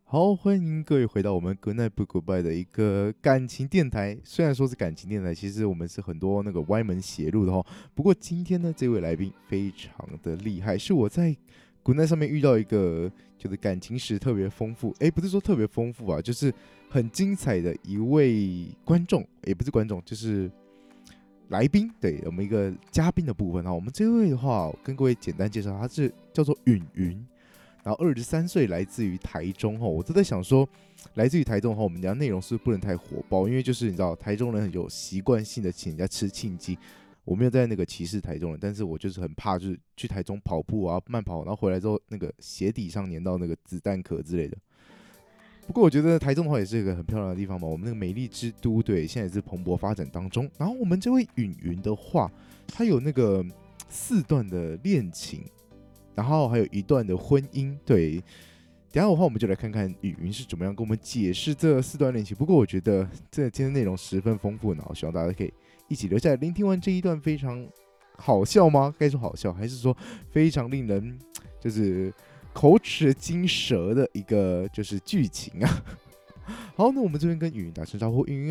好，欢迎各位回到我们 Good Night 不 Goodbye 的一个感情电台。虽然说是感情电台，其实我们是很多那个歪门邪路的哈。不过今天呢，这位来宾非常的厉害，是我在 Good Night 上面遇到一个就是感情史特别丰富，不是说特别丰富啊，就是很精彩的一位观众，也不是观众，就是来宾，对我们一个嘉宾的部分哈。我们这位的话，跟各位简单介绍，他是叫做允云。然后23岁，来自于台中我都在想说，来自于台中我们家内容是不是不能太火爆？因为就是你知道，台中人很有习惯性的请人家吃庆记。我没有在那个歧视台中人，但是我就是很怕，就是去台中跑步啊、慢跑，然后回来之后那个鞋底上粘到那个子弹壳之类的。不过我觉得台中的话也是一个很漂亮的地方嘛，我们那个美丽之都，对，现在也是蓬勃发展当中。然后我们这位允云的话，他有那个4段的恋情。然后还有1段的婚姻，对。等一下的话，我们就来看看允云是怎么样跟我们解释这4段恋情。不过我觉得这今天内容十分丰富，然后希望大家可以一起留下来聆听完这一段非常好笑吗？该说好笑，还是说非常令人就是口齿惊舌的一个就是剧情啊？好，那我们这边跟允云打声招呼，允云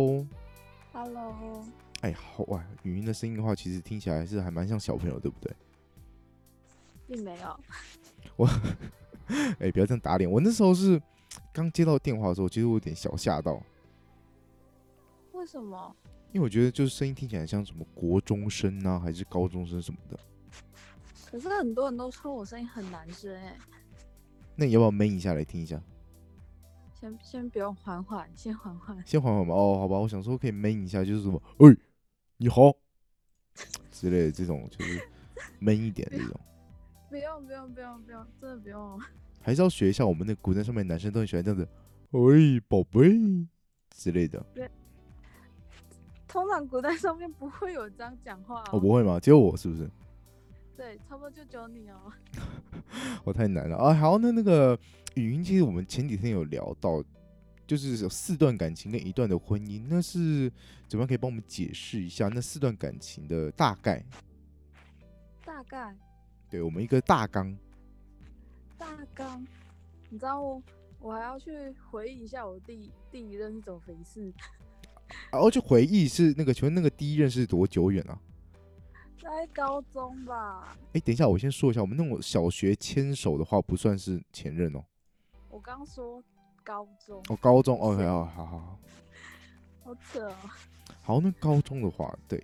Hello， 哎，好哇，允云的声音的话，其实听起来是还蛮像小朋友，对不对？ 并没有。 我不要这样打脸。我那时候是刚接到电话的时候，其实我有点小吓到， 为什么？ 因为我觉得就是声音听起来像什么国中生啊，还是高中生什么的。 可是很多人都说我声音很男生那你要不要 man 一下来听一下？ 先不用缓缓，先缓缓。 先缓缓吧。哦，好吧，我想说可以 man 一下，就是什么，你好之类的这种，就是 man 一点的这种。 不用，真的不用。 还是要学一下我们那个古镇上面的男生都很喜欢这样子，喂，宝贝之类的。 通常古代上面不会有这样讲话哦，不会吗？只有我是不是？ 对，差不多就只有你哦。 我太难了啊！好，那个语音，其实我们前几天有聊到，就是有4段感情跟1段的婚姻，那是怎么样可以帮我们解释一下那4段感情的大概？ 大概。 对，我们一个大纲。 你知道我还要去回忆一下我第一任是怎么回事。 然后就回忆是那个，请问那个第一任是多久远啊？ 在高中吧。 等一下，我先说一下，我们那种小学牵手的话，不算是前任哦。 我刚说高中。 哦，高中，OK，好， 好扯哦。 好，那高中的话，对，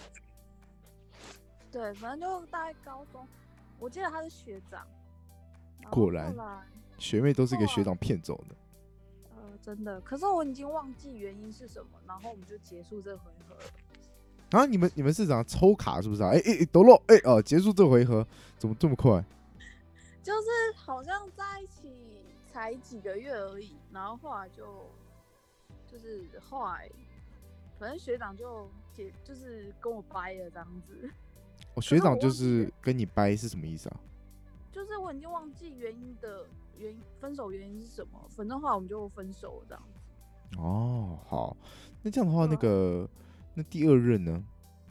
反正就大概高中。我记得他是学长， 果然学妹都是给学长骗走的。 真的。可是我已经忘记原因是什么，然后我们就结束这回合了。 啊，你们是怎样抽卡是不是啊？德洛，结束这回合怎么这么快？ 就是好像在一起才几个月而已，然后后来就是后来，反正学长就是跟我掰了这样子。 学长就是跟你掰是什么意思啊？ 就是我已经忘记分手原因是什么，反正后来我们就分手了这样子。 哦，好，那这样的话，那第2任呢？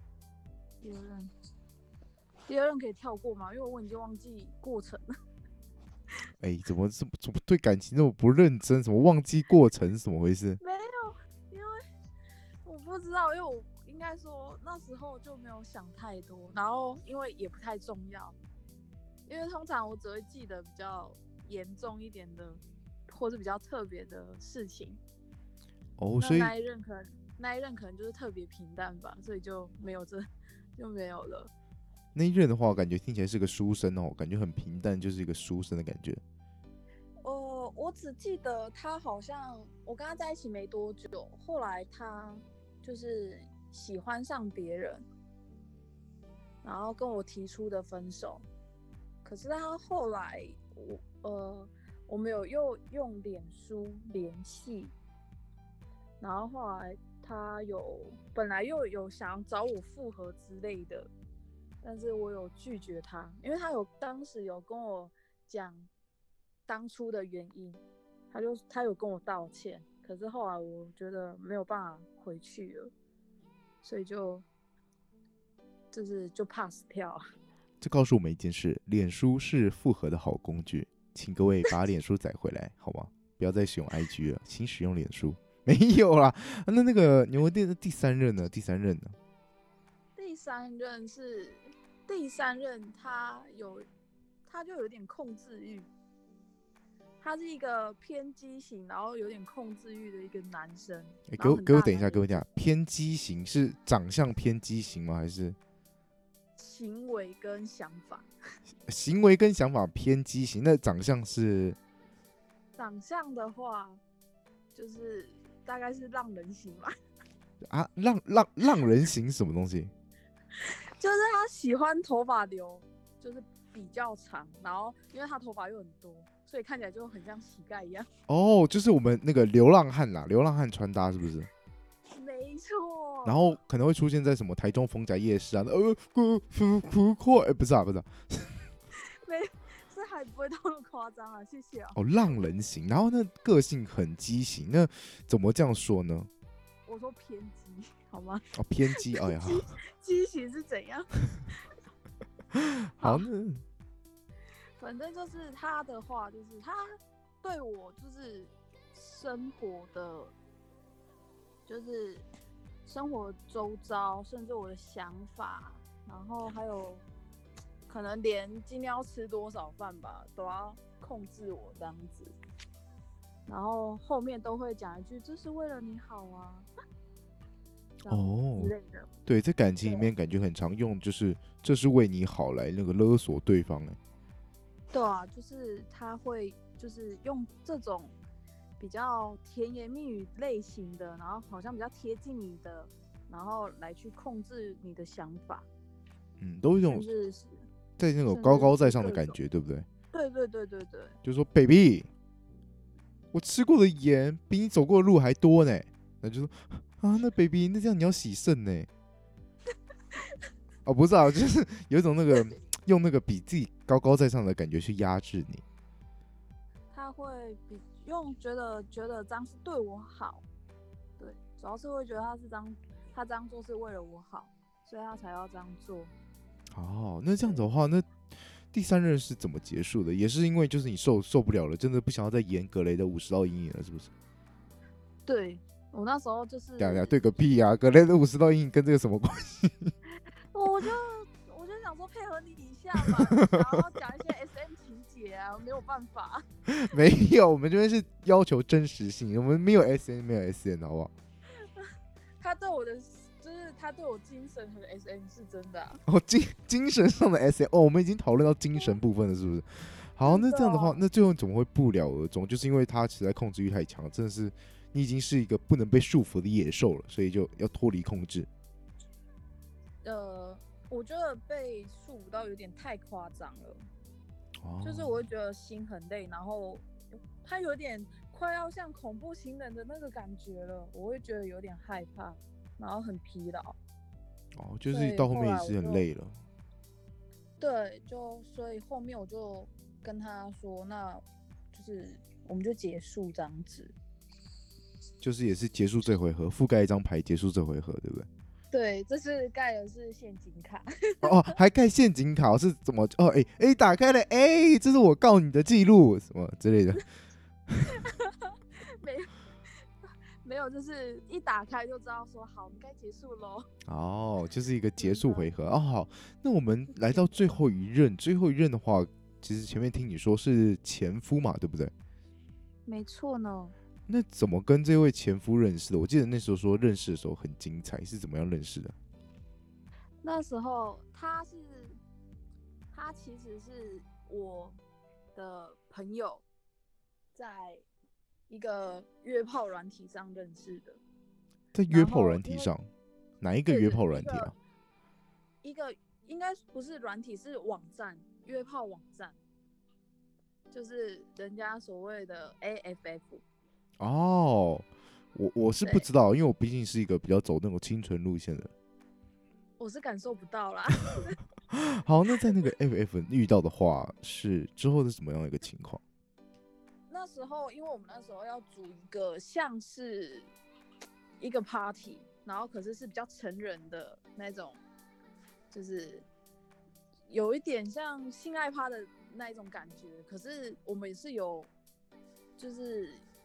第二任可以跳过吗？因为我已经忘记过程了。 怎么对感情那么不认真？什么忘记过程是怎么回事？ 没有，因为我不知道，因为我应该说那时候就没有想太多，然后因为也不太重要，因为通常我只会记得比较严重一点的，或是比较特别的事情。 哦，所以那一任可能就是特别平淡吧，所以就没有了。 那一任的话，感觉听起来是个书生哦，感觉很平淡，就是一个书生的感觉。 我只记得他好像我跟他在一起没多久，后来他就是喜欢上别人，然后跟我提出的分手。可是他后来我们又用脸书联系，然后后来他本来又有想找我复合之类的，但是我有拒绝他，因为他当时有跟我讲当初的原因，他有跟我道歉，可是后来我觉得没有办法回去了，所以就 pass 掉。 这告诉我们一件事：脸书是复合的好工具，请各位把脸书载回来，好吗？ 不要再使用 IG 了，请使用脸书。没有啦，那个牛文店的第三任呢？第三任他就有点控制欲，他是一个偏激型，然后有点控制欲的一个男生。 给我等一下，偏激型是长相偏激型吗？还是行为跟想法？ 行为跟想法偏激型，那长相是？ 长相的话，就是大概是浪人型吧。 啊，浪人型什么东西？ 就是他喜欢头发留，就是比较长，然后因为他头发又很多，所以看起来就很像乞丐一样。 哦，就是我们那个流浪汉啦，流浪汉穿搭是不是？ 没错。 然后可能会出现在什么台中逢甲夜市啊，浮夸，不是啊， 没，这还不会到那么夸张啊，谢谢啊。 哦，浪人型，然后那个性很畸形，那怎么这样说呢？ 我说偏激，好吗？ 哦，偏激，哎呀， 畸形是怎样？ 好，那反正就是他的话，就是他对我就是生活的，就是生活周遭，甚至我的想法，然后还有可能连今天要吃多少饭吧，都要控制我这样子。然后后面都会讲一句：“这是为了你好啊。” 哦之类的。 对，在感情里面感觉很常用，就是这是为你好来那个勒索对方。 对啊，就是他会就是用这种比较甜言蜜语类型的，然后好像比较贴近你的，然后来去控制你的想法。 都是一种在那种高高在上的感觉，对不对？ 对。 就说 baby， 我吃过的盐比你走过的路还多呢。那就说啊，那 baby， 那这样你要洗肾呢？哦，不是啊，就是有一种那个用那个比自己高高在上的感觉去压制你。 他会觉得这样是对我好，对，主要是会觉得他这样做是为了我好，所以他才要这样做。 哦，那这样子的话，那第三任是怎么结束的？也是因为就是你受不了了，真的不想要再演葛雷的50道阴影了，是不是？ 对，我那时候就是， 对个屁啊！葛雷的50道阴影跟这个什么关系？ 我就想说配合你一下嘛，然后讲一些 SM 情节啊，没有办法。 没有，我们这边是要求真实性，我们没有 SN， 没有 SN， 好不好？ 他对我精神和 SM 是真的啊。 哦，精神上的 SM， 哦，我们已经讨论到精神部分了，是不是？好，那这样的话，那最后怎么会不了而终？就是因为他实在控制欲太强，真的是你已经是一个不能被束缚的野兽了，所以就要脱离控制。 我觉得被束缚到有点太夸张了。就是我会觉得心很累，然后他有点快要像恐怖情人的那个感觉了，我会觉得有点害怕，然后很疲劳。 就是到后面也是很累了。 对，所以后面我就跟他说，那就是我们就结束这样子。 就是也是结束这回合，覆盖一张牌结束这回合，对不对？ 对，这是盖的是陷阱卡。 还盖陷阱卡是怎么？打开了，这是我告你的记录什么之类的。 没有，就是一打开就知道说好，我们该结束喽。 就是一个结束回合。好，那我们来到最后一任，的话，其实前面听你说是前夫嘛，对不对？ 没错呢。 那怎么跟这位前夫认识的？我记得那时候说认识的时候很精彩，是怎么样认识的？ 那时候他其实是我的朋友，在一个约炮软体上认识的。 在约炮软体上，哪一个约炮软体啊？ 一个应该不是软体，是网站，约炮网站，就是人家所谓的 AFF。 我是不知道，因为我毕竟是一个比较走那种清纯路线的。 我是感受不到啦。 好，那在那个 FF 遇到的话，之后是什么样的一个情况？ 那时候，因为我们那时候要组一个像是一个 party， 然后可是比较成人的那种，就是有一点像性爱趴的那一种感觉。可是我们也是有，就是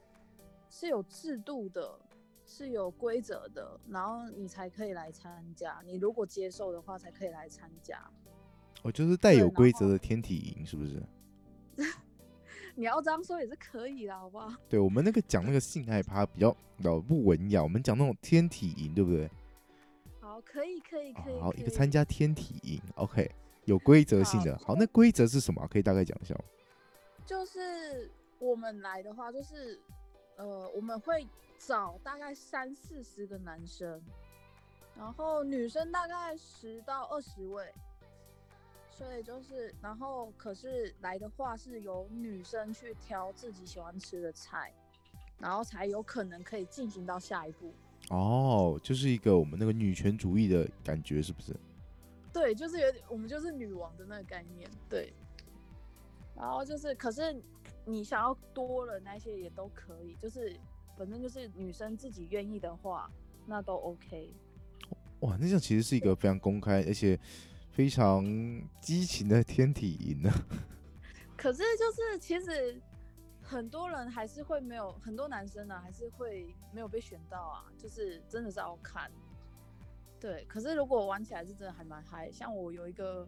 是有制度的，是有规则的，然后你才可以来参加。你如果接受的话，才可以来参加。 就是带对， 有规然后则的天体营，是不是？ 你要这样说也是可以啦，好不好？ 对，我们那个讲那个性爱趴比较不文雅，我们讲那种天体营，对不对？ 好，可以，可以，可以， 好， 可以。 一个参加天体营，OK，有规则性好， 的。好，那规则是什么？可以大概讲一下吗？ 就是我们来的话，就是我们会找大概30-40个男生，然后女生大概10到20位，所以就是，然后可是来的话是由女生去挑自己喜欢吃的菜，然后才有可能可以进行到下一步。 哦，就是一个我们那个女权主义的感觉，是不是？ 对，就是有点，我们就是女王的那个概念，对。然后就是，可是你想要多了那些也都可以，就是反正就是女生自己愿意的话，那都 OK。 哇，那这样其实是一个非常公开而且非常激情的天体营呢。 可是就是其实很多人还是会没有，很多男生呢还是会没有被选到啊，就是真的是要看。对，可是如果玩起来是真的还蛮嗨，像我有一个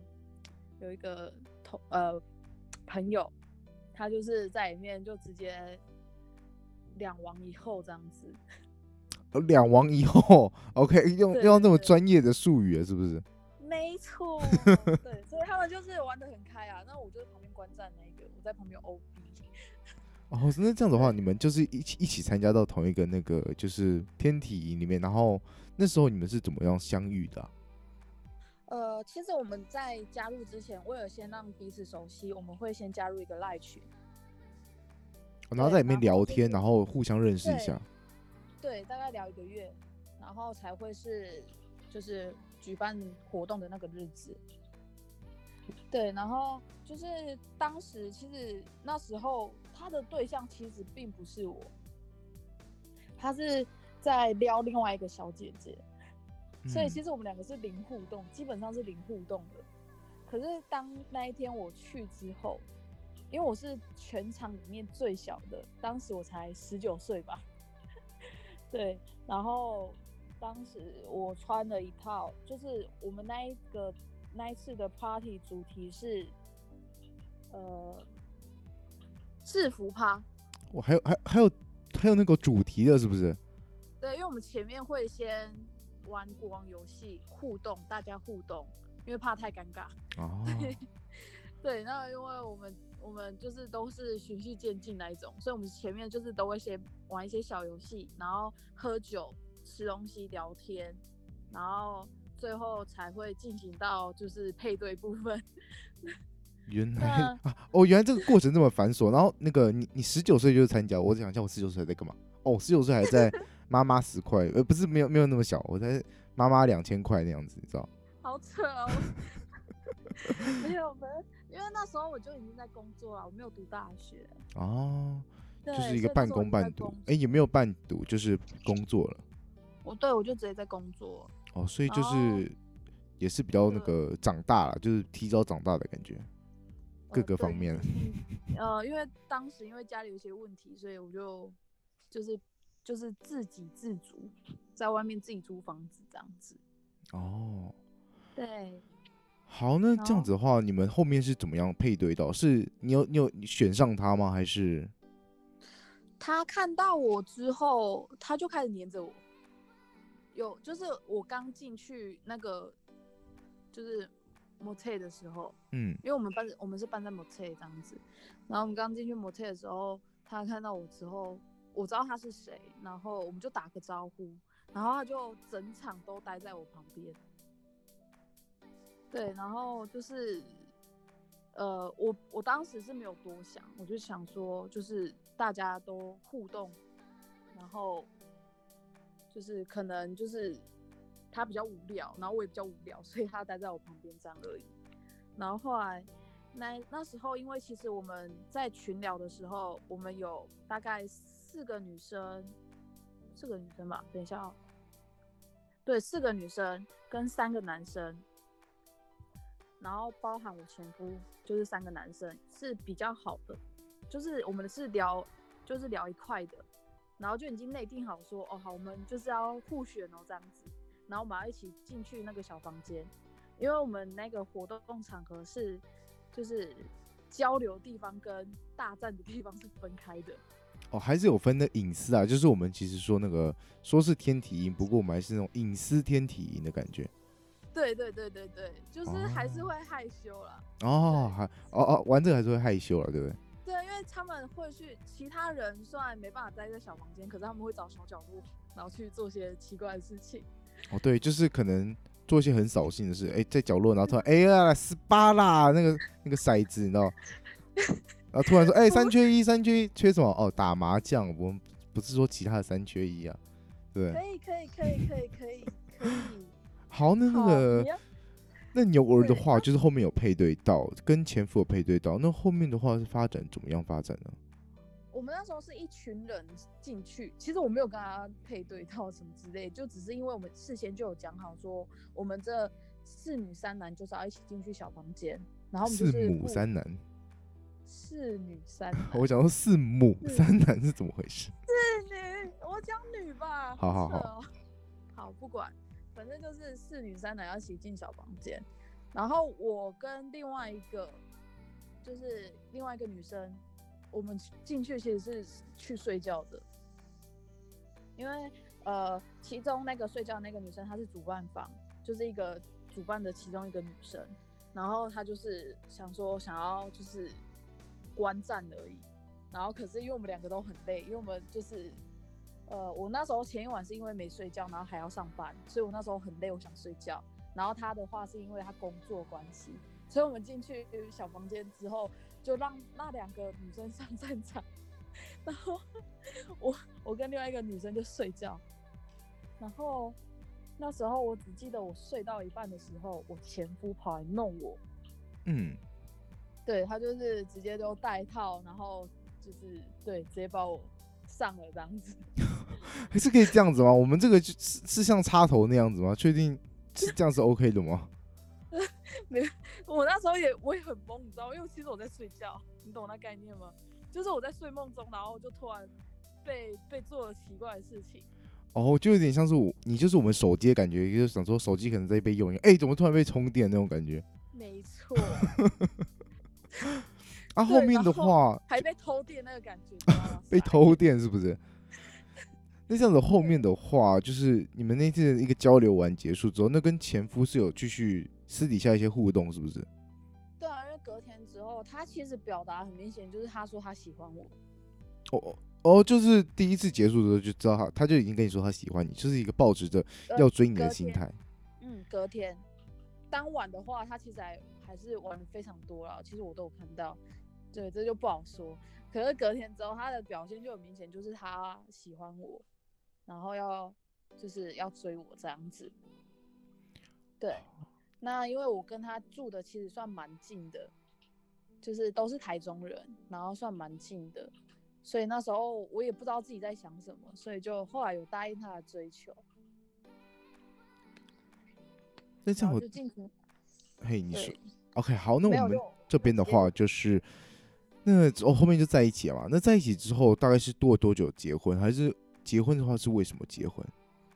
朋友，他就是在里面就直接2王一后这样子。 2王一后，OK，用对那么对对， 专业的术语了，是不是？ 没错，对，所以他们就是玩得很开啊。那我就是旁边观战那一个，我在旁边 OB。 哦，那这样子的话， 对， 你们就是一起参加到同一个那个就是天体营里面，然后那时候你们是怎么样相遇的其实我们在加入之前，为了先让彼此熟悉，我们会先加入一个赖群， 然后在里面然后聊天， 就是然后互相认识一下。 对，大概聊1个月，然后才会是就是举办活动的那个日子。对，然后就是当时其实那时候他的对象其实并不是我，他是在撩另外一个小姐姐，所以其实我们2个是零互动，基本上是零互动的。可是当那一天我去之后，因为我是全场里面最小的，当时我才19岁吧，对，然后当时我穿了一套，就是我们那一次的 party 主题是制服趴。 我还有那个主题的，是不是？ 对，因为我们前面会先玩国王游戏互动，大家互动，因为怕太尴尬。 哦， 对，那因为我们就是都是循序渐进那一种，所以我们前面就是都会先玩一些小游戏，然后喝酒、吃东西、聊天，然后最后才会进行到就是配对部分。 原来原来这个过程这么繁琐。然后那个你19岁就参加，我想一下我19岁在干嘛？哦，19岁还在妈妈10块，不是没有那么小，我在妈妈2000块那样子，你知道？ 好扯哦！没有，反正因为那时候我就已经在工作了，我没有读大学。 哦，就是对， 一个半所以那时候我工半读， 就在工也没有半读，就是工作了。 我就直接在工作， 哦，所以就然后是也是比较那对个长大了，就是提早长大的感觉，各个方对， 面。 因为当时因为家里有一些问题，所以我就是自给自足，在外面自己租房子这样子。 哦， 对， 好，那然后这样子的话，你们后面是怎么样配对到？是你选上他吗？还是他看到我之后，他就开始黏着我。就是我刚进去那个就是 motel 的时候，因为我们是办在 motel 这样子，然后我们刚进去 motel 的时候，他看到我之后，我知道他是谁，然后我们就打个招呼，然后他就整场都待在我旁边。对，然后就是我当时是没有多想，我就想说就是大家都互动，然后就是可能就是他比较无聊，然后我也比较无聊，所以他待在我旁边这样而已。然后后来那时候，因为其实我们在群聊的时候，我们有大概4个女生吧，等一下哦，对，4个女生跟3个男生，然后包含我前夫，就是3个男生是比较好的，就是我们是聊一块的。 然后就已经内定好说，哦好，我们就是要互选哦这样子，然后我们要一起进去那个小房间，因为我们那个活动场合是就是交流地方跟大战的地方是分开的。 哦，还是有分的隐私啊，就是我们其实说那个说是天体营，不过我们还是那种隐私天体营的感觉。 对对对对对，就是还是哦会害羞啦。 哦，还玩这个还是会害羞了，对不对？ 对，因为他们会去，其他人虽然没办法待在小房间，可是他们会找小角落，然后去做些奇怪的事情。 哦，对，就是可能做一些很扫兴的事，哎，在角落，然后突然，哎呀，18啦，那个骰子，你知道？然后突然说，哎，3缺1，3缺1，缺什么？哦，打麻将，我们不是说其他的3缺1啊，对不对？ 可以可以可以可以可以可以。 好，那好， 个你要那牛儿的对， 话，就是后面有配对到，跟前夫有配对到，那后面的话是发展怎么样发展呢？ 我们那时候是一群人进去，其实我没有跟他配对到什么之类，就只是因为我们事先就有讲好说，我们这4女3男就是要一起进去小房间，然后我们就 4 是母3男， 4女3 我男， 想说4母3男是怎么回事？ 是女，我讲女吧， 好好好， 扯哦。好，不管，反正就是4女3男要一起进小房间，然后我跟另外一个女生，我们进去其实是去睡觉的，因为其中那个睡觉的那个女生她是主办方，就是一个主办的其中一个女生，然后她就是想要就是观战而已，然后可是因为我们2个都很累，因为我们就是我那时候前一晚是因为没睡觉，然后还要上班，所以我那时候很累，我想睡觉。然后他的话是因为他工作关系，所以我们进去小房间之后，就让那2个女生上战场，然后我跟另外一个女生就睡觉。然后那时候我只记得我睡到一半的时候，我前夫跑来弄我。 嗯， 对，他就是直接就戴套，然后就是对直接把我上了这样子。 还是可以这样子吗？我们这个是像插头那样子吗？确定是这样是 OK 的吗？ 没，我那时候我也很懵，你知道，因为其实我在睡觉，你懂那概念吗？就是我在睡梦中，然后就突然被做了奇怪的事情。 哦，就有点像是你就是我们手机的感觉，就是想说手机可能在被用，哎，怎么突然被充电那种感觉？ 没错。 啊，后面的话还被偷电那个感觉，你知道吗？ 被偷电是不是？那这样子后面的话，就是你们那次的一个交流完结束之后，那跟前夫是有继续私底下一些互动，是不是？ 对啊，因为隔天之后，他其实表达很明显，就是他说他喜欢我。 哦，就是第一次结束的时候就知道他就已经跟你说他喜欢你，就是一个抱持着要追你的心态。 隔天当晚的话，他其实还是玩的非常多了，其实我都有看到。对，这就不好说。可是隔天之后，他的表现就很明显，就是他喜欢我，然后就是要追我这样子。对，那因为我跟他住的其实算蛮近的，就是都是台中人，然后算蛮近的，所以那时候我也不知道自己在想什么，所以就后来有答应他的追求。 那这样我就进行。 嘿，你说 OK 好，那我们这边的没有话就是那后面就在一起了嘛？那在一起之后大概是多久结婚？还是结婚的话是为什么结婚？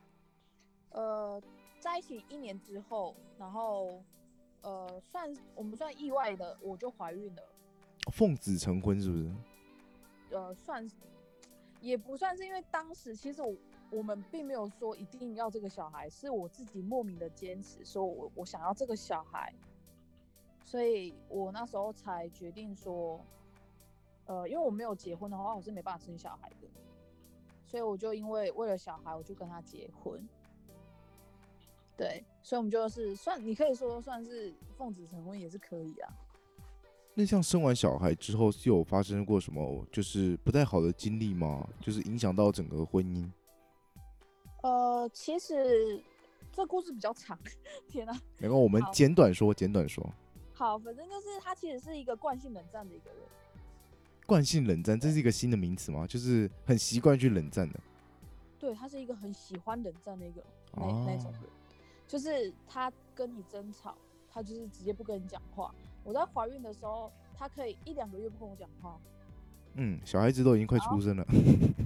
在一起1年之后，然后我们算意外的，我就怀孕了。 奉子成婚是不是？ 算也不算是，因为当时其实我们并没有说一定要这个小孩，是我自己莫名的坚持，说我想要这个小孩，所以我那时候才决定说，因为我没有结婚的话，我是没办法生小孩的，所以我就为了小孩，我就跟他结婚。对，所以我们就是你可以说算是奉子成婚也是可以啊。 那像生完小孩之后，是有发生过什么就是不太好的经历吗？就是影响到整个婚姻？ 其实这故事比较长，天啊！ 没关系，我们简短说。 好，反正就是他其实是一个惯性冷战的一个人。 惯性冷战，这是一个新的名词吗？就是很习惯去冷战的。 对，他是一个很喜欢冷战的一个那种人，就是他跟你争吵，他就是直接不跟你讲话。我在怀孕的时候，他可以1-2个月不跟我讲话。 小孩子都已经快出生了。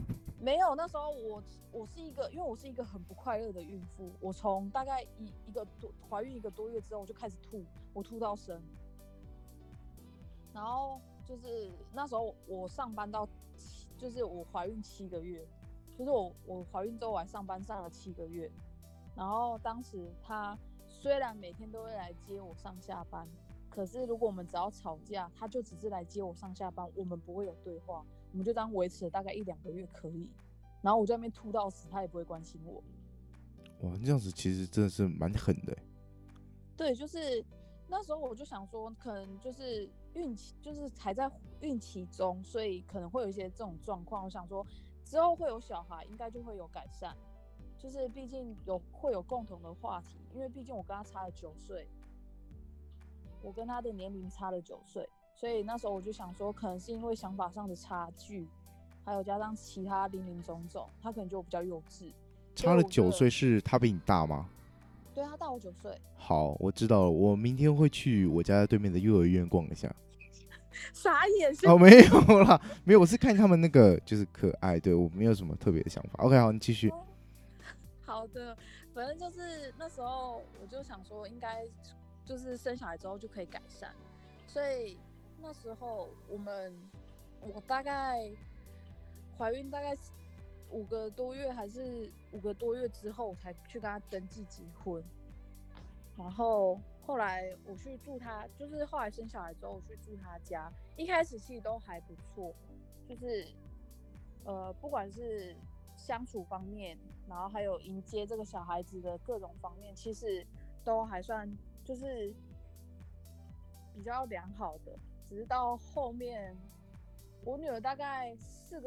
没有，那时候我是一个，因为我是一个很不快乐的孕妇，我从大概怀孕1个多月之后我就开始吐，我吐到生，然后就是那时候我上班到就是我怀孕7个月，就是我怀孕之后我还上班上了7个月，然后当时他虽然每天都会来接我上下班，可是如果我们只要吵架，他就只是来接我上下班，我们不会有对话，我们就这样维持了大概1-2个月可以，然后我在那边吐到死，他也不会关心我。 哇，这样子其实真的是蛮狠的。 对，就是那时候我就想说，可能就是孕期，就是还在孕期中，所以可能会有一些这种状况。我想说，之后会有小孩，应该就会有改善。就是毕竟会有共同的话题，因为毕竟我跟他差了9岁，我跟他的年龄差了9岁，所以那时候我就想说，可能是因为想法上的差距，还有加上其他林林总总，他可能就比较幼稚。 差了9岁，是他比你大吗？ 对，他大我9岁。 好，我知道了，我明天会去我家对面的幼儿园逛一下。 傻眼。 哦，没有啦，没有，我是看他们那个就是可爱，对我没有什么特别的想法。OK， 好，你继续。 好的，反正就是那时候我就想说，应该就是生小孩之后就可以改善，所以那时候我大概怀孕大概5个多月还是5个多月之后，我才去跟他登记结婚。然后后来我去住他，就是后来生小孩之后我去住他家，一开始其实都还不错，就是不管是相处方面，然后还有迎接这个小孩子的各种方面，其实都还算就是比较良好的。只是到后面，我女儿大概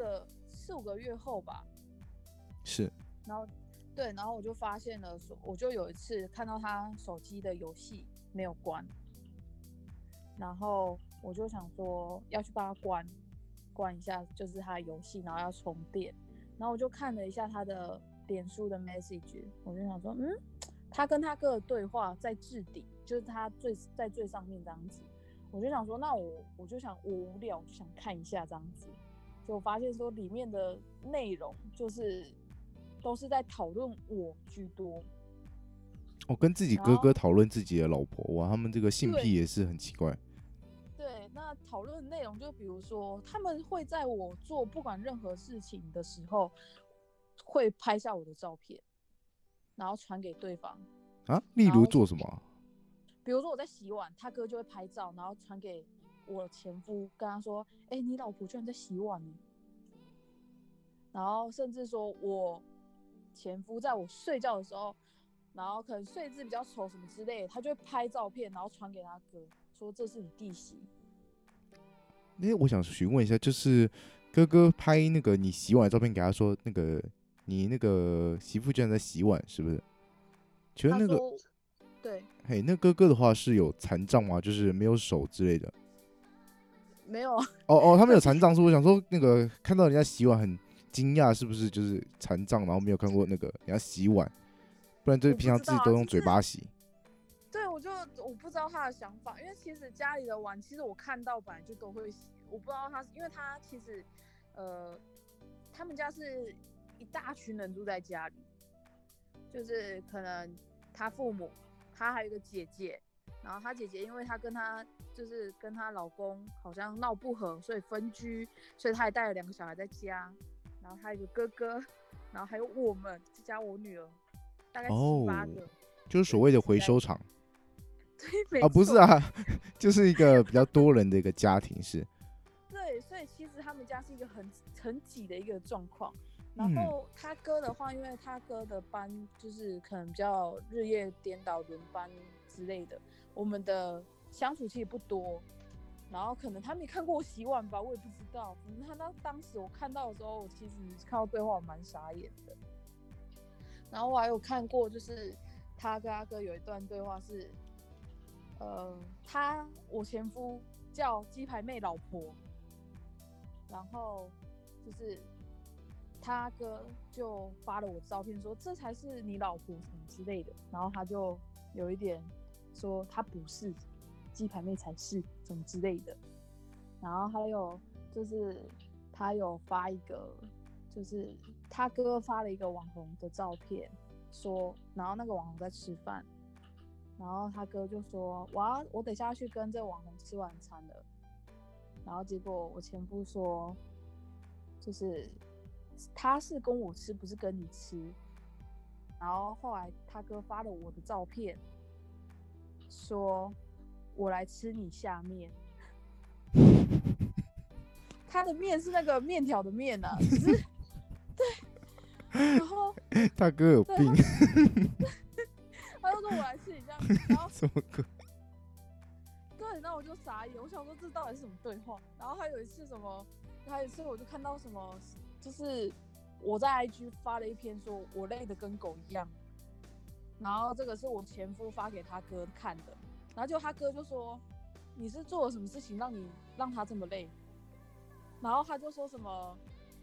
4-5个月后吧， 是， 然后对，然后我就发现了，我就有一次看到她手机的游戏没有关，然后我就想说要去帮她关一下，就是她的游戏，然后要充电。然后我就看了一下他的脸书的 message， 我就想说，他跟他哥的对话在置顶，就是他在最上面这样子。我就想说，那我就想我无聊，我就想看一下这样子。就我发现说里面的内容就是都是在讨论我居多。 我跟自己哥哥讨论自己的老婆，哇，他们这个性癖也是很奇怪。 对，那讨论内容就比如说，他们会在我做不管任何事情的时候，会拍下我的照片，然后传给对方。 啊？例如做什么？ 比如说我在洗碗，他哥就会拍照，然后传给我前夫，跟他说：“哎，你老婆居然在洗碗呢。”然后甚至说我前夫在我睡觉的时候，然后可能睡姿比较丑什么之类的，他就会拍照片，然后传给他哥，说这是你弟媳。 我想询问一下，就是哥哥拍那个你洗碗的照片给他说，那个你那个媳妇居然在洗碗，是不是？请问那个， 对， 嘿，那哥哥的话是有残障吗？就是没有手之类的？ 没有。 哦，他没有残障，是我想说那个看到人家洗碗很惊讶，是不是就是残障，然后没有看过那个人家洗碗，不然就平常自己都用嘴巴洗。 对，我不知道他的想法，因为其实家里的碗，其实我看到本来就都会洗，我不知道他，因为他其实，他们家是一大群人住在家里，就是可能他父母，他还有一个姐姐，然后他姐姐因为他跟她老公好像闹不和，所以分居，所以他也带了2个小孩在家，然后他有一个哥哥，然后还有我们，再加我女儿，大概7-8个， 就是所谓的回收厂。 对，没错。不是啊，就是一个比较多人的一个家庭是。 对，所以其实他们家是一个很挤的一个状况。然后他哥的话，因为他哥的班就是可能比较日夜颠倒、轮班之类的，我们的相处其实不多。然后可能他没看过我洗碗吧，我也不知道。反正他当时我看到的时候，我其实看到对话我蛮傻眼的。然后我还有看过，就是他跟他哥有一段对话是，我前夫叫鸡排妹老婆，然后就是他哥就发了我照片说这才是你老婆什么之类的，然后他就有一点说他不是，鸡排妹才是什么之类的。然后还有就是他有发一个就是他哥发了一个网红的照片，说，然后那个网红在吃饭，然后他哥就说我等一下要去跟这个网红吃晚餐了，然后结果我前夫说，就是他是跟我吃，不是跟你吃。然后后来他哥发了我的照片，说我来吃你下面。他的面是那个面条的面啊，只是对，然后大哥有病， 他就说我来吃你下面，然后什么鬼？ 对，然后我就傻眼，我想说这到底是什么对话？然后还有一次我就看到什么，就是我在 IG 发了一篇说我累得跟狗一样，然后这个是我前夫发给他哥看的，然后就他哥就说你是做了什么事情让他这么累？然后他就说什么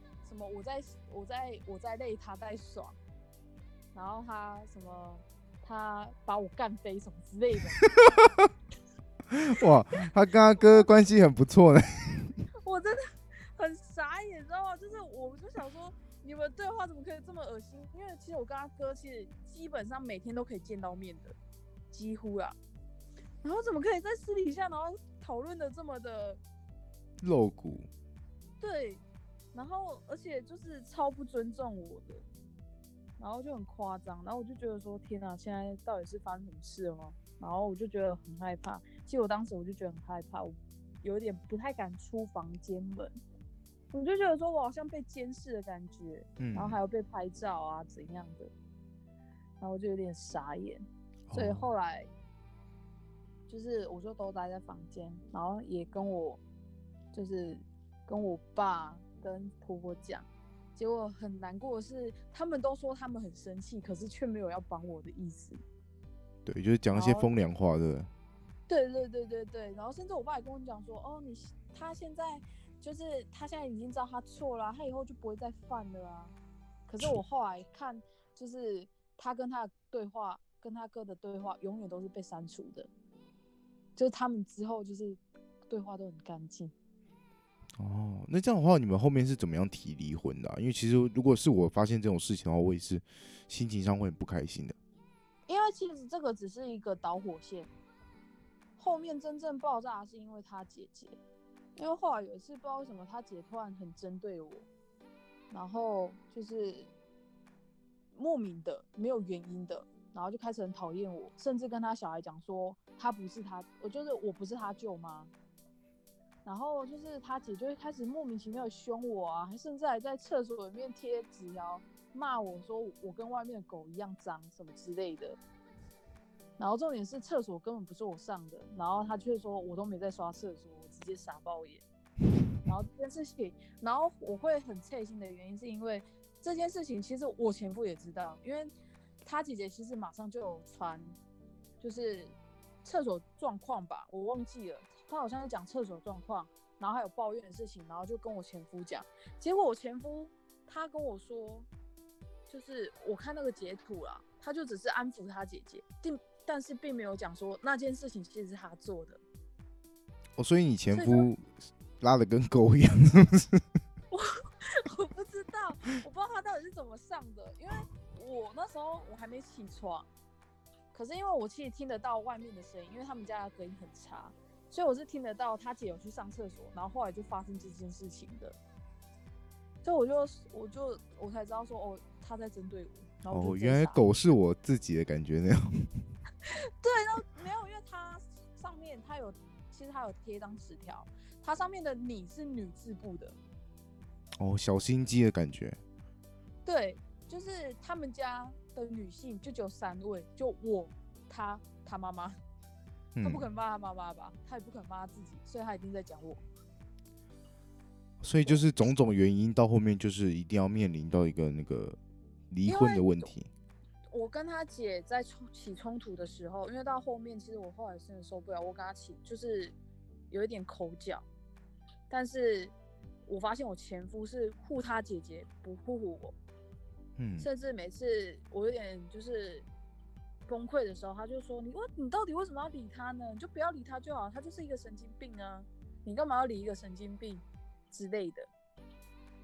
我在累，他在爽，然后他什么他把我干飞什么之类的。 哇，他跟他哥关系很不错呢。 我真的很傻眼，你知道吗？就是我就想说，你们对话怎么可以这么恶心？因为其实我跟他哥其实基本上每天都可以见到面的，几乎啦。然后怎么可以在私底下，然后讨论的这么的露骨？ 对，然后而且就是超不尊重我的，然后就很夸张，然后我就觉得说，天哪，现在到底是发生什么事了吗？然后我就觉得很害怕。其实我当时我就觉得很害怕，我有点不太敢出房间门，我就觉得说我好像被监视的感觉，然后还有被拍照啊怎样的，然后我就有点傻眼，所以后来就是我就都待在房间，然后也跟我爸跟婆婆讲，结果很难过的是，他们都说他们很生气，可是却没有要帮我的意思。 对，就是讲一些风凉话，对不对？对，然后甚至我爸也跟我讲说，哦，他现在已经知道他错了，他以后就不会再犯了啊。可是我后来看，就是他跟他的对话，跟他哥的对话，永远都是被删除的，就是他们之后就是对话都很干净。 哦，那这样的话，你们后面是怎么样提离婚的啊？因为其实如果是我发现这种事情的话，我也是心情上会很不开心的。 因为其实这个只是一个导火线，后面真正爆炸的是因为他姐姐。因为后来有一次不知道为什么他姐突然很针对我，然后就是莫名的没有原因的，然后就开始很讨厌我，甚至跟他小孩讲说我不是他舅妈。然后就是他姐就会开始莫名其妙的凶我啊，甚至还在厕所里面贴纸条骂我说我跟外面的狗一样脏什么之类的。然后重点是厕所根本不是我上的，然后他却说我都没在刷厕所，我直接傻爆眼。然后这件事情，然后我会很刺心的原因是因为这件事情其实我前夫也知道，因为他姐姐其实马上就有传，就是厕所状况吧，我忘记了，他好像是讲厕所状况，然后还有抱怨的事情，然后就跟我前夫讲，结果我前夫他跟我说，就是我看那个截图啦，他就只是安抚他姐姐，但是并没有讲说那件事情其实是他做的。 哦，所以你前夫拉的跟狗一样，是不是？ 我不知道，我不知道他到底是怎么上的，因为我那时候我还没起床，可是因为我其实听得到外面的声音，因为他们家的隔音很差，所以我是听得到他姐有去上厕所，然后后来就发生这件事情的，所以我才知道说哦他在针对我，然后我原来狗是我自己的感觉那样。 对，然后没有，因为它上面其实它有贴一张纸条，它上面的你是女字部的。 哦，小心机的感觉。 对，就是他们家的女性就只有3位，就我、他妈妈，他不可能骂他妈妈吧，他也不可能骂他自己，所以他一定在讲我。 所以就是种种原因到后面就是一定要面临到一个那个离婚的问题。 我跟他姐在起冲突的时候，因为到后面其实我后来真的受不了，我跟他起就是有一点口角，但是我发现我前夫是护他姐姐不护我，甚至每次我有点就是崩溃的时候，他就说你到底为什么要理他呢？你就不要理他就好，他就是一个神经病啊，你干嘛要理一个神经病之类的。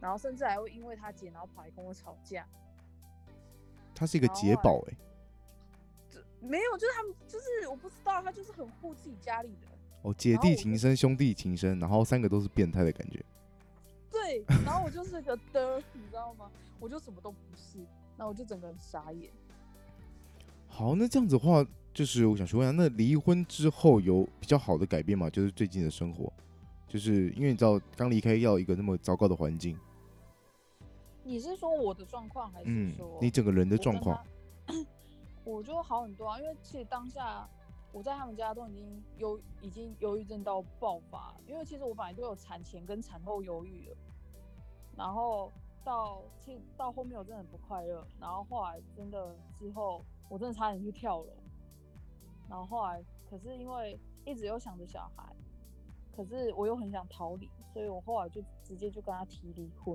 然后甚至还会因为他姐，然后跑来跟我吵架。 他是一个姐宝没有，就是他们就是我不知道，他就是很护自己家里的。 哦，姐弟情深，兄弟情深，然后3个都是变态的感觉。 对，然后我就是个的，你知道吗？我就什么都不是，然后我就整个人傻眼。 好，那这样子的话，就是我想询问一下，那离婚之后有比较好的改变吗？就是最近的生活，就是因为你知道刚离开要一个那么糟糕的环境。 你是说我的状况，还是说你整个人的状况？ 我就好很多啊，因为其实当下我在他们家都已经忧郁症到爆发，因为其实我本来就有产前跟产后忧郁了，然后其实到后面我真的很不快乐，然后后来真的之后我真的差点去跳楼，然后后来可是因为一直又想着小孩，可是我又很想逃离，所以我后来就直接就跟他提离婚。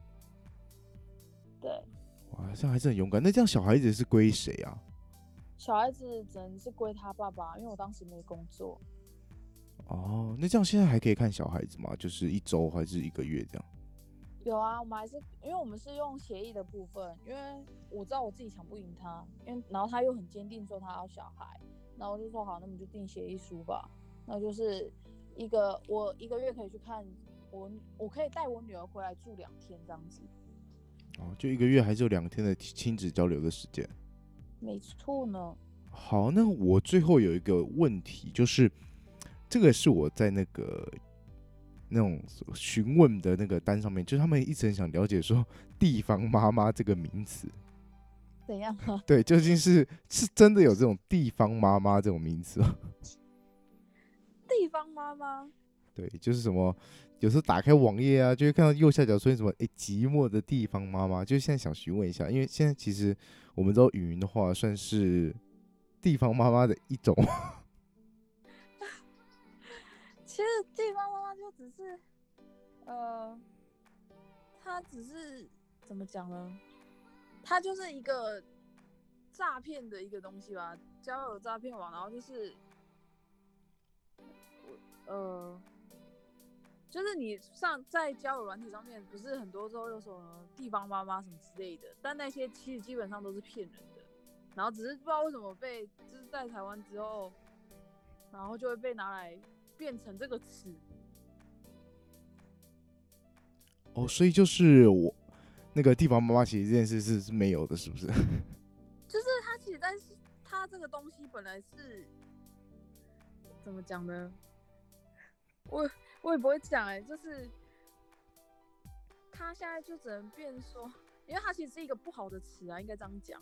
对， 哇，这样还是很勇敢。那这样小孩子是归谁啊？ 小孩子只能是归他爸爸，因为我当时没工作。 哦，那这样现在还可以看小孩子吗？就是1周还是1个月这样？ 有啊，我们还是因为我们是用协议的部分，因为我知道我自己抢不赢他，然后他又很坚定说他要小孩，然后我就说好，那我们就订协议书吧。那就是我1个月可以去看我可以带我女儿回来住2天这样子。 哦，就1个月还是有2天的亲子交流的时间。 没错呢。 好，那我最后有一个问题，就是这个是我在那种询问的那个单上面，就是他们一直很想了解说地方妈妈这个名词怎样啊？ 对，究竟是真的有这种地方妈妈这种名词吗？ 地方妈妈？ 对，就是什么有时候打开网页啊，就会看到右下角出现什么寂寞的地方妈妈，就现在想询问一下，因为现在其实我们知道语云的话算是地方妈妈的一种。 其实地方妈妈就只是，她只是怎么讲呢？她就是一个诈骗的一个东西吧，交友诈骗网，然后就是，就是你在交友软体上面，不是很多时候有什么地方妈妈什么之类的，但那些其实基本上都是骗人的，然后只是不知道为什么就是在台湾之后，然后就会被拿来变成这个词。 哦，所以就是我那个地方妈妈，其实这件事是没有的，是不是？ 就是他其实他这个东西本来是怎么讲呢？我也不会讲就是他现在就只能变说，因为他其实是一个不好的词啊，应该这样讲。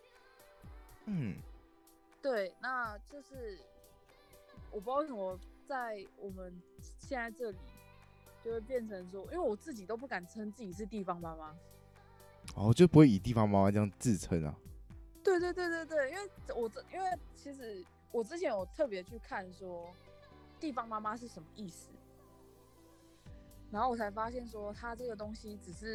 对，那就是我不知道为什么在我们现在这里就会变成说，因为我自己都不敢称自己是地方妈妈。 哦，就不会以地方妈妈这样自称啊？ 对，因为其实我之前有特别去看说地方妈妈是什么意思，然后我才发现说它这个东西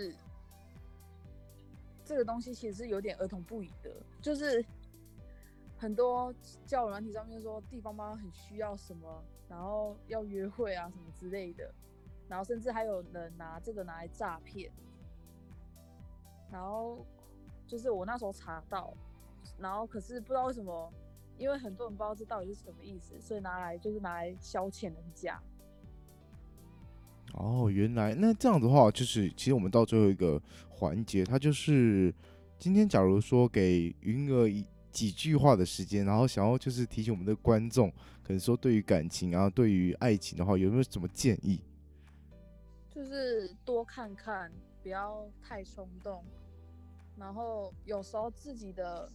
其实是有点儿童不宜的，就是很多交友软体上面说地方妈妈很需要什么，然后要约会啊什么之类的，然后甚至还有人拿这个拿来诈骗，然后就是我那时候查到，然后可是不知道为什么，因为很多人不知道这到底是什么意思，所以拿来消遣人家。 哦，原来那这样的话，就是其实我们到最后一个环节，它就是今天假如说给云儿几句话的时间，然后想要就是提醒我们的观众，可能说对于感情啊，对于爱情的话，有没有什么建议？ 就是多看看，不要太冲动，然后有时候自己的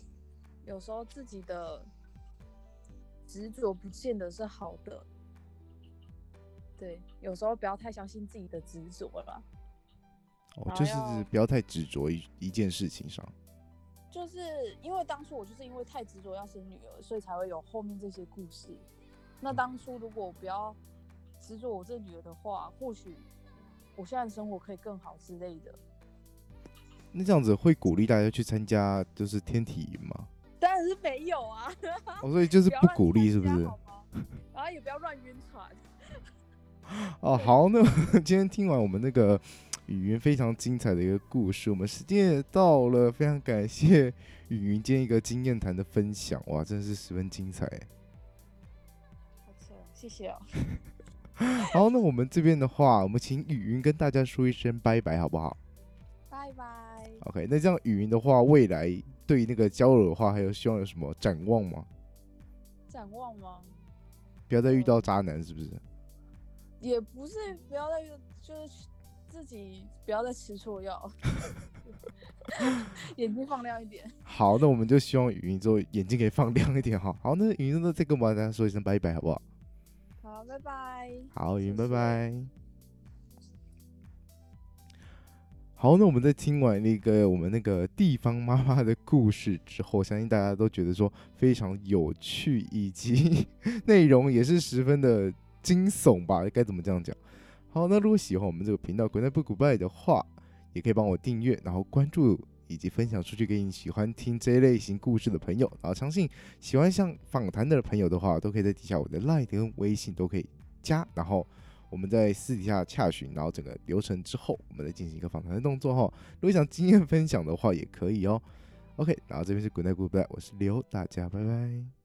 执着不见得是好的。对，有时候不要太相信自己的执着了。 就是不要太执着一件事情上。 就是因为当初我就是因为太执着要生女儿，所以才会有后面这些故事。那当初如果我不要执着我这女儿的话，或许我现在的生活可以更好之类的。 那这样子会鼓励大家去参加就是天体营吗？ 当然是没有啊。 所以就是不鼓励，是不是？ 然后也不要乱晕船。 好，那今天听完我们那个雨云非常精彩的一个故事，我们时间也到了，非常感谢雨云今天一个经验谈的分享，哇，真的是十分精彩。 好扯，谢谢哦。 好，那我们这边的话，我们请雨云跟大家说一声拜拜，好不好？ 拜拜。 OK， 那这样雨云的话，未来对那个交友的话，还有希望有什么展望吗？ 展望吗？ 不要再遇到渣男，是不是？ 也不是不要再遇，就是自己不要再吃错药，眼睛放亮一点。 好，那我们就希望雨云之后眼睛可以放亮一点哈。好，那雨云呢，再跟我们大家说一声拜拜，好不好？ 好，拜拜。 好，雨云，拜谢谢。 拜。好，那我们在听完我们那个地方妈妈的故事之后，相信大家都觉得说非常有趣，以及内容也是十分的惊悚吧？该怎么这样讲？好，那如果喜欢我们这个频道“滚蛋不古拜”的话，也可以帮我订阅，然后关注以及分享出去给你喜欢听这一类型故事的朋友。然后相信喜欢像访谈的朋友的话，都可以在底下我的 LINE 跟微信都可以加，然后我们在私底下洽询，然后整个流程之后，我们再进行一个访谈的动作哈。如果想经验分享的话，也可以哦。OK， 然后这边是滚蛋不拜，我是刘，大家拜拜。